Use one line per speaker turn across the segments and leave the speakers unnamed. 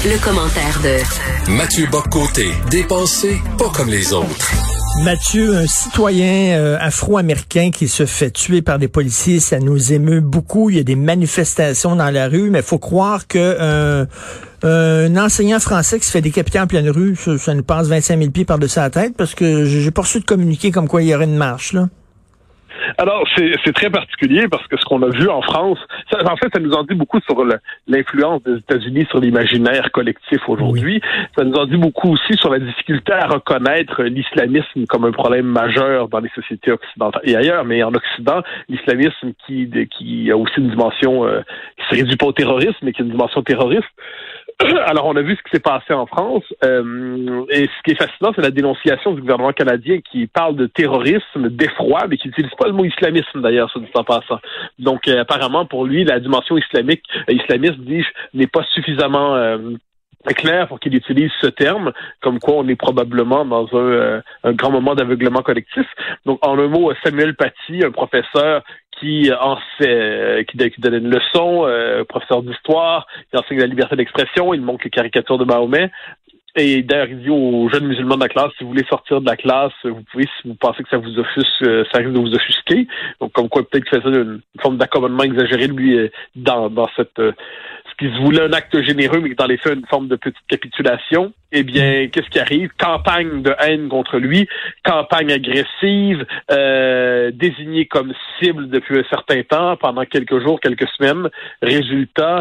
Le commentaire de
Mathieu Bock-Côté, dépassé pas comme les autres.
Mathieu, un citoyen afro-américain qui se fait tuer par des policiers, ça nous émeut beaucoup. Il y a des manifestations dans la rue, mais il faut croire que un enseignant français qui se fait décapiter en pleine rue, ça nous passe 25 000 pieds par-dessus la tête, parce que j'ai pas reçu de communiqué comme quoi il y aurait une marche, là.
Alors, c'est très particulier parce que ce qu'on a vu en France, ça nous en dit beaucoup sur l'influence des États-Unis sur l'imaginaire collectif aujourd'hui. Oui. Ça nous en dit beaucoup aussi sur la difficulté à reconnaître l'islamisme comme un problème majeur dans les sociétés occidentales et ailleurs, mais en Occident, l'islamisme qui a aussi une dimension, qui se réduit pas au terrorisme, mais qui a une dimension terroriste. Alors, on a vu ce qui s'est passé en France, et ce qui est fascinant, c'est la dénonciation du gouvernement canadien qui parle de terrorisme, d'effroi, mais qui n'utilise pas le mot islamisme, d'ailleurs, ça dit en passant. Donc, apparemment, pour lui, la dimension islamiste, n'est pas suffisamment clair pour qu'il utilise ce terme, comme quoi on est probablement dans un grand moment d'aveuglement collectif. Donc, en un mot, Samuel Paty, un professeur qui donne une leçon, professeur d'histoire, qui enseigne la liberté d'expression, il montre les caricatures de Mahomet. Et d'ailleurs, il dit aux jeunes musulmans de la classe, si vous voulez sortir de la classe, vous pouvez, si vous pensez que ça vous offusque, ça risque de vous offusquer. Donc, comme quoi, peut-être qu'il fait ça d'une forme d'accommodement exagéré, lui, dans cette, ce qui se voulait un acte généreux, mais dans les faits, une forme de petite capitulation. Eh bien, qu'est-ce qui arrive? Campagne de haine contre lui, campagne agressive, désigné comme cible depuis un certain temps, pendant quelques jours, quelques semaines. Résultat,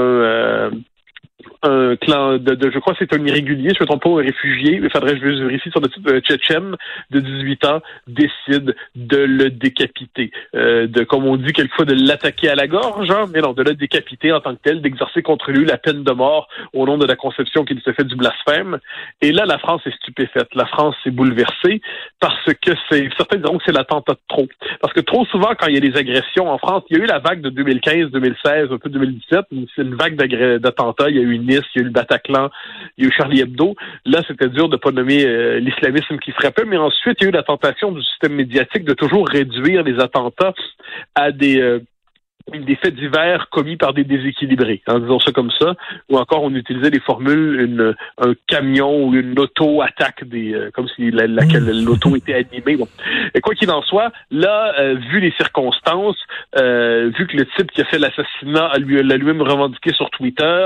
un clan je crois que c'est un irrégulier, je ne me trompe pas, un réfugié, il faudrait que je vérifie sur le site, tchétchène de 18 ans décide de le décapiter. Comme on dit quelquefois, de l'attaquer à la gorge, hein, mais non, de le décapiter en tant que tel, d'exercer contre lui la peine de mort au nom de la conception qu'il se fait du blasphème. Et là, la France est stupéfaite. La France est bouleversée parce que certains diront que c'est l'attentat de trop. Parce que trop souvent, quand il y a des agressions en France, il y a eu la vague de 2015, 2016, un peu 2017, c'est une vague d'attentats, il y a eu Nice, il y a eu le Bataclan, il y a eu Charlie Hebdo. Là, c'était dur de pas nommer l'islamisme qui frappait, mais ensuite, il y a eu la tentation du système médiatique de toujours réduire les attentats à des faits divers commis par des déséquilibrés, en disant ça comme ça, ou encore on utilisait des formules, un camion ou une auto attaque comme si l'auto était animée. Bon. Et quoi qu'il en soit, là, vu les circonstances, vu que le type qui a fait l'assassinat l'a lui-même revendiqué sur Twitter,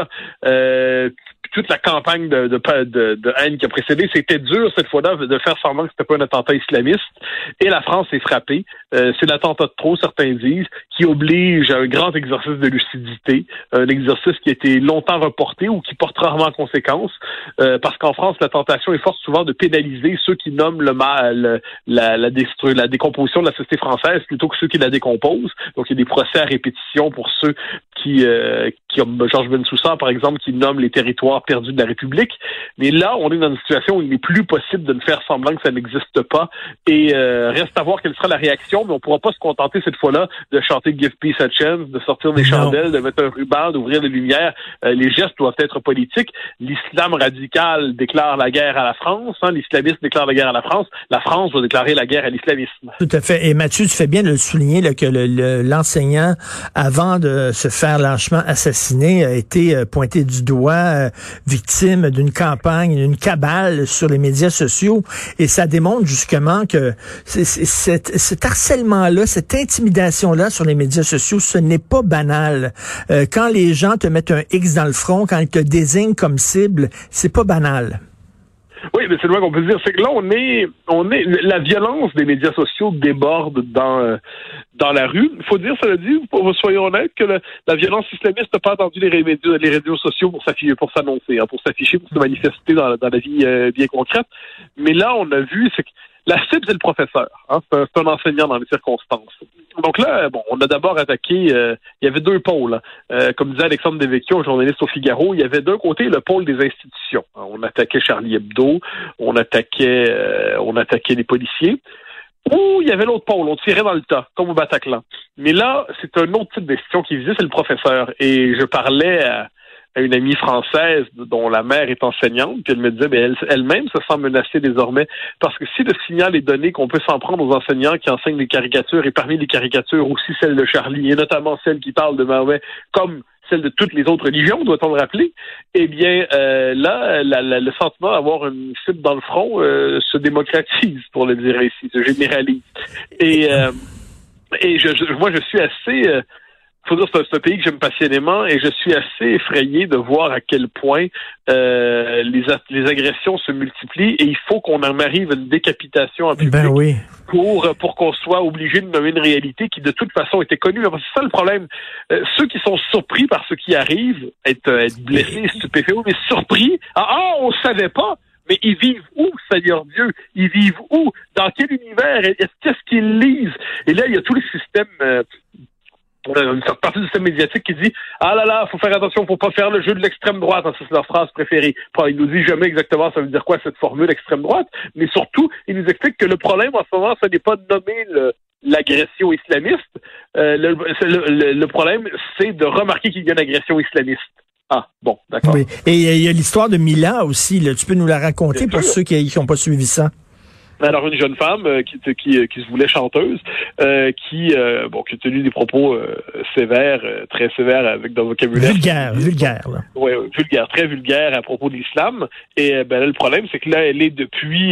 toute la campagne de haine qui a précédé, c'était dur cette fois-là de faire semblant que c'était pas un attentat islamiste. Et la France est frappée. C'est l'attentat de trop, certains disent, qui oblige à un grand exercice de lucidité, un exercice qui a été longtemps reporté ou qui porte rarement conséquence, parce qu'en France, la tentation est forte souvent de pénaliser ceux qui nomment le mal, la décomposition de la société française plutôt que ceux qui la décomposent. Donc, il y a des procès à répétition pour ceux qui comme Georges Bensussa, par exemple, qui nomme les territoires perdus de la République. Mais là, on est dans une situation où il n'est plus possible de ne faire semblant que ça n'existe pas. Et reste à voir quelle sera la réaction, mais on ne pourra pas se contenter cette fois-là de chanter Give Peace a Chance, de sortir des chandelles, de mettre un ruban, d'ouvrir des lumières. Les gestes doivent être politiques. L'islam radical déclare la guerre à la France. L'islamisme déclare la guerre à la France. La France doit déclarer la guerre à l'islamisme.
Tout à fait. Et Mathieu, tu fais bien de le souligner là, que l'enseignant, avant de se faire lâchement assassiner, a été pointé du doigt, victime d'une campagne, d'une cabale sur les médias sociaux. Et ça démontre justement que cet harcèlement-là, cette intimidation-là sur les médias sociaux, ce n'est pas banal. Quand les gens te mettent un X dans le front, quand ils te désignent comme cible, c'est pas banal.
Oui, mais c'est le moins qu'on peut dire. C'est que là, la violence des médias sociaux déborde dans la rue. Il faut dire, cela dit, soyons honnêtes, que la violence islamiste n'a pas attendu les réseaux sociaux pour s'annoncer, pour s'afficher, pour se manifester dans la vie bien concrète. Mais là, on a vu, c'est que la cible, c'est le professeur. C'est un enseignant dans les circonstances. Donc là, on a d'abord attaqué, il y avait deux pôles. Comme disait Alexandre Devecchio, journaliste au Figaro, il y avait d'un côté le pôle des institutions. On attaquait Charlie Hebdo, on attaquait les policiers. Ou il y avait l'autre pôle, on tirait dans le tas, comme au Bataclan. Mais là, c'est un autre type d'institution qui visait, c'est le professeur. Et je parlais à une amie française dont la mère est enseignante, puis elle me disait, elle-même se sent menacée désormais, parce que si le signal est donné qu'on peut s'en prendre aux enseignants qui enseignent les caricatures, et parmi les caricatures aussi celle de Charlie, et notamment celle qui parle de Mahomet, comme celle de toutes les autres religions, doit-on le rappeler, eh bien, là, le sentiment d'avoir une cible dans le front se démocratise, pour le dire ainsi, se généralise. Et moi, je suis assez... faut dire que c'est un pays que j'aime passionnément et je suis assez effrayé de voir à quel point les agressions se multiplient et il faut qu'on en arrive à une décapitation en public pour qu'on soit obligé de nommer une réalité qui de toute façon était connue. C'est ça le problème. Ceux qui sont surpris par ce qui arrive, être blessés, stupéfaits, mais surpris, on savait pas. Mais ils vivent où, Seigneur Dieu? Ils vivent où? Dans quel univers? Qu'est-ce qu'ils lisent? Et là, il y a tout le système... une certaine partie du système médiatique qui dit « Ah là là, faut faire attention, faut pas faire le jeu de l'extrême droite. » Ça, c'est leur phrase préférée. Ils nous disent jamais exactement ça veut dire quoi cette formule extrême droite, mais surtout, ils nous expliquent que le problème en ce moment, ce n'est pas de nommer l'agression islamiste. Le problème, c'est de remarquer qu'il y a une agression islamiste. Ah, bon, d'accord.
Oui. Et il y a l'histoire de Mila aussi. Là. Tu peux nous la raconter pour ceux qui n'ont pas suivi ça?
Alors, une jeune femme qui se voulait chanteuse, qui a tenu des propos sévères, très sévères, avec d'un vocabulaire... Vulgaire, là. Oui, vulgaire, très vulgaire à propos de l'islam. Et là, le problème, c'est que là, elle est depuis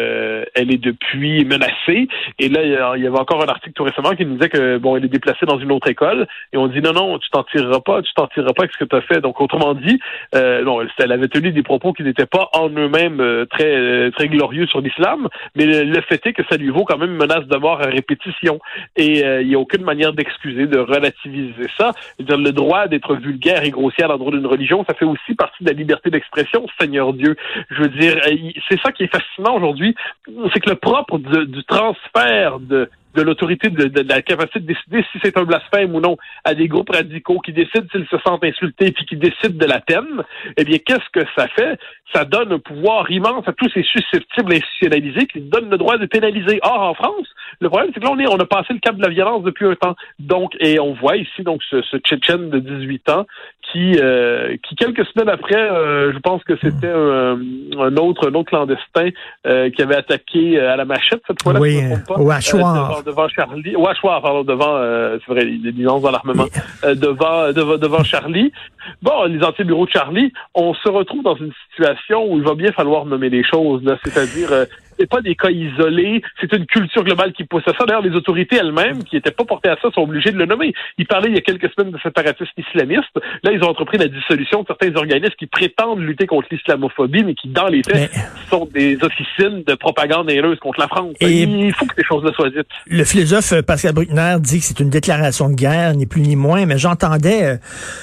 menacée. Et là, il y avait encore un article tout récemment qui nous disait que, elle est déplacée dans une autre école. Et on dit, non, tu t'en tireras pas avec ce que tu as fait. Donc, autrement dit, elle avait tenu des propos qui n'étaient pas en eux-mêmes très, très glorieux sur l'islam. Mais le fait est que ça lui vaut quand même une menace de mort à répétition. Et il n'y a aucune manière d'excuser, de relativiser ça. C'est-à-dire, le droit d'être vulgaire et grossier à l'endroit d'une religion, ça fait aussi partie de la liberté d'expression, Seigneur Dieu. Je veux dire, c'est ça qui est fascinant aujourd'hui, c'est que le propre du transfert de l'autorité, de la capacité de décider si c'est un blasphème ou non à des groupes radicaux qui décident s'ils se sentent insultés puis qui décident de la peine, eh bien, qu'est-ce que ça fait? Ça donne un pouvoir immense à tous ces susceptibles institutionnalisés qui donnent le droit de pénaliser. Or, en France, le problème, c'est que là, on a passé le cap de la violence depuis un temps. Donc, et on voit ici, ce Tchétchène de 18 ans qui quelques semaines après, je pense que c'était un autre clandestin qui avait attaqué à la machette cette fois-là.
Oui, au hachoir.
Devant Charlie, au hachoir, c'est vrai, il y a des nuances dans l'armement. Devant Charlie. Bon, les anciens bureaux de Charlie, on se retrouve dans une situation où il va bien falloir nommer les choses, là, c'est-à-dire c'est pas des cas isolés, c'est une culture globale qui pousse à ça. D'ailleurs, les autorités elles-mêmes, qui n'étaient pas portées à ça, sont obligées de le nommer. Ils parlaient il y a quelques semaines de séparatistes islamistes. Là, ils ont entrepris la dissolution de certains organismes qui prétendent lutter contre l'islamophobie, mais qui, dans les faits, sont des officines de propagande haineuse contre la France. Et il faut que ces choses-là soient dites.
Le philosophe Pascal Bruckner dit que c'est une déclaration de guerre, ni plus ni moins, mais j'entendais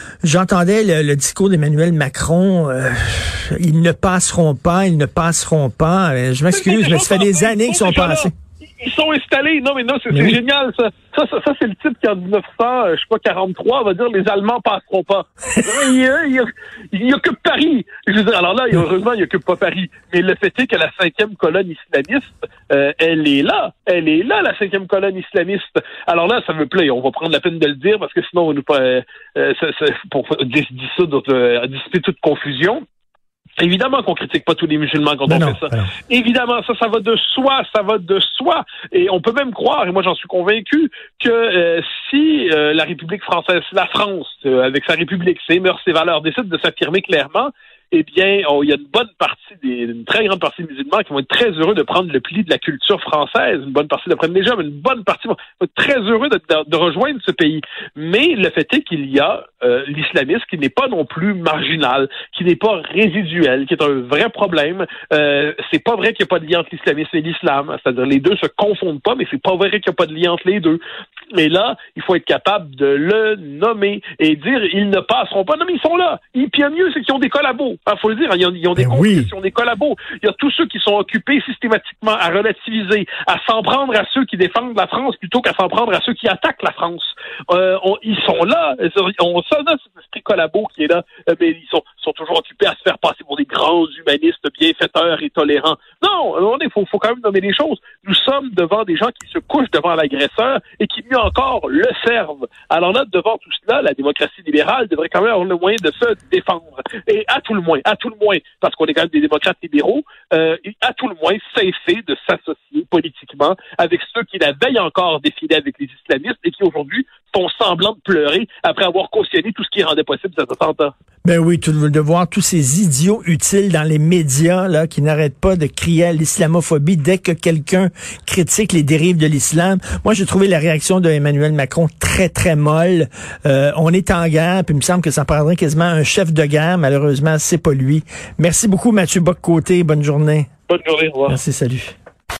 le discours d'Emmanuel Macron, ils ne passeront pas. Je m'excuse, mais ça fait des années qu'ils sont passés.
Ils sont installés. Non, mais c'est génial, ça. Ça, c'est le type qui, en 1943, va dire les Allemands passeront pas. Il occupe Paris. Je veux dire, alors là, heureusement, il occupe pas Paris. Mais le fait est que la 5e colonne islamiste, elle est là, la 5e colonne islamiste. Alors là, ça me plaît. On va prendre la peine de le dire parce que sinon, on va nous pas, pour dissiper toute confusion. Évidemment qu'on critique pas tous les musulmans quand on fait ça. Non. Évidemment, ça va de soi. Et on peut même croire, et moi j'en suis convaincu, que si la République française, la France, avec sa République, ses mœurs, ses valeurs, décide de s'affirmer clairement, eh bien, il y a une très grande partie des musulmans qui vont être très heureux de prendre le pli de la culture française. Une bonne partie le prennent déjà, mais une bonne partie vont être très heureux de rejoindre ce pays. Mais le fait est qu'il y a l'islamisme qui n'est pas non plus marginal, qui n'est pas résiduel, qui est un vrai problème. C'est pas vrai qu'il n'y a pas de lien entre l'islamisme et l'islam. C'est-à-dire, les deux se confondent pas, mais c'est pas vrai qu'il n'y a pas de lien entre les deux. Et là, il faut être capable de le nommer et dire ils ne passeront pas. Non, mais ils sont là. Et puis, mieux, c'est qu'ils ont des collabos. Il faut le dire, ils ont des complices, ils ont des collabos. Il y a tous ceux qui sont occupés systématiquement à relativiser, à s'en prendre à ceux qui défendent la France plutôt qu'à s'en prendre à ceux qui attaquent la France. Ils sont là. On sonne à cet esprit collabo qui est là, mais ils sont toujours occupés à se faire passer pour des grands humanistes bienfaiteurs et tolérants. Non, il faut quand même nommer les choses. Nous sommes devant des gens qui se couchent devant l'agresseur et qui, mieux encore, le servent. Alors là, devant tout cela, la démocratie libérale devrait quand même avoir le moyen de se défendre. Et à tout le moins, parce qu'on est quand même des démocrates libéraux, à tout le moins cesser de s'associer politiquement avec ceux qui la veille encore défilaient avec les islamistes et qui aujourd'hui font semblant de pleurer après avoir cautionné tout ce qui rendait possible possible cet attentat.
Ben oui, de voir tous ces idiots utiles dans les médias là qui n'arrêtent pas de crier à l'islamophobie dès que quelqu'un critique les dérives de l'islam. Moi, j'ai trouvé la réaction de Emmanuel Macron très, très molle. On est en guerre, puis il me semble que ça prendrait quasiment un chef de guerre. Malheureusement, c'est pas lui. Merci beaucoup, Mathieu Bock-Côté. Bonne journée.
Bonne journée, au revoir.
Merci, salut.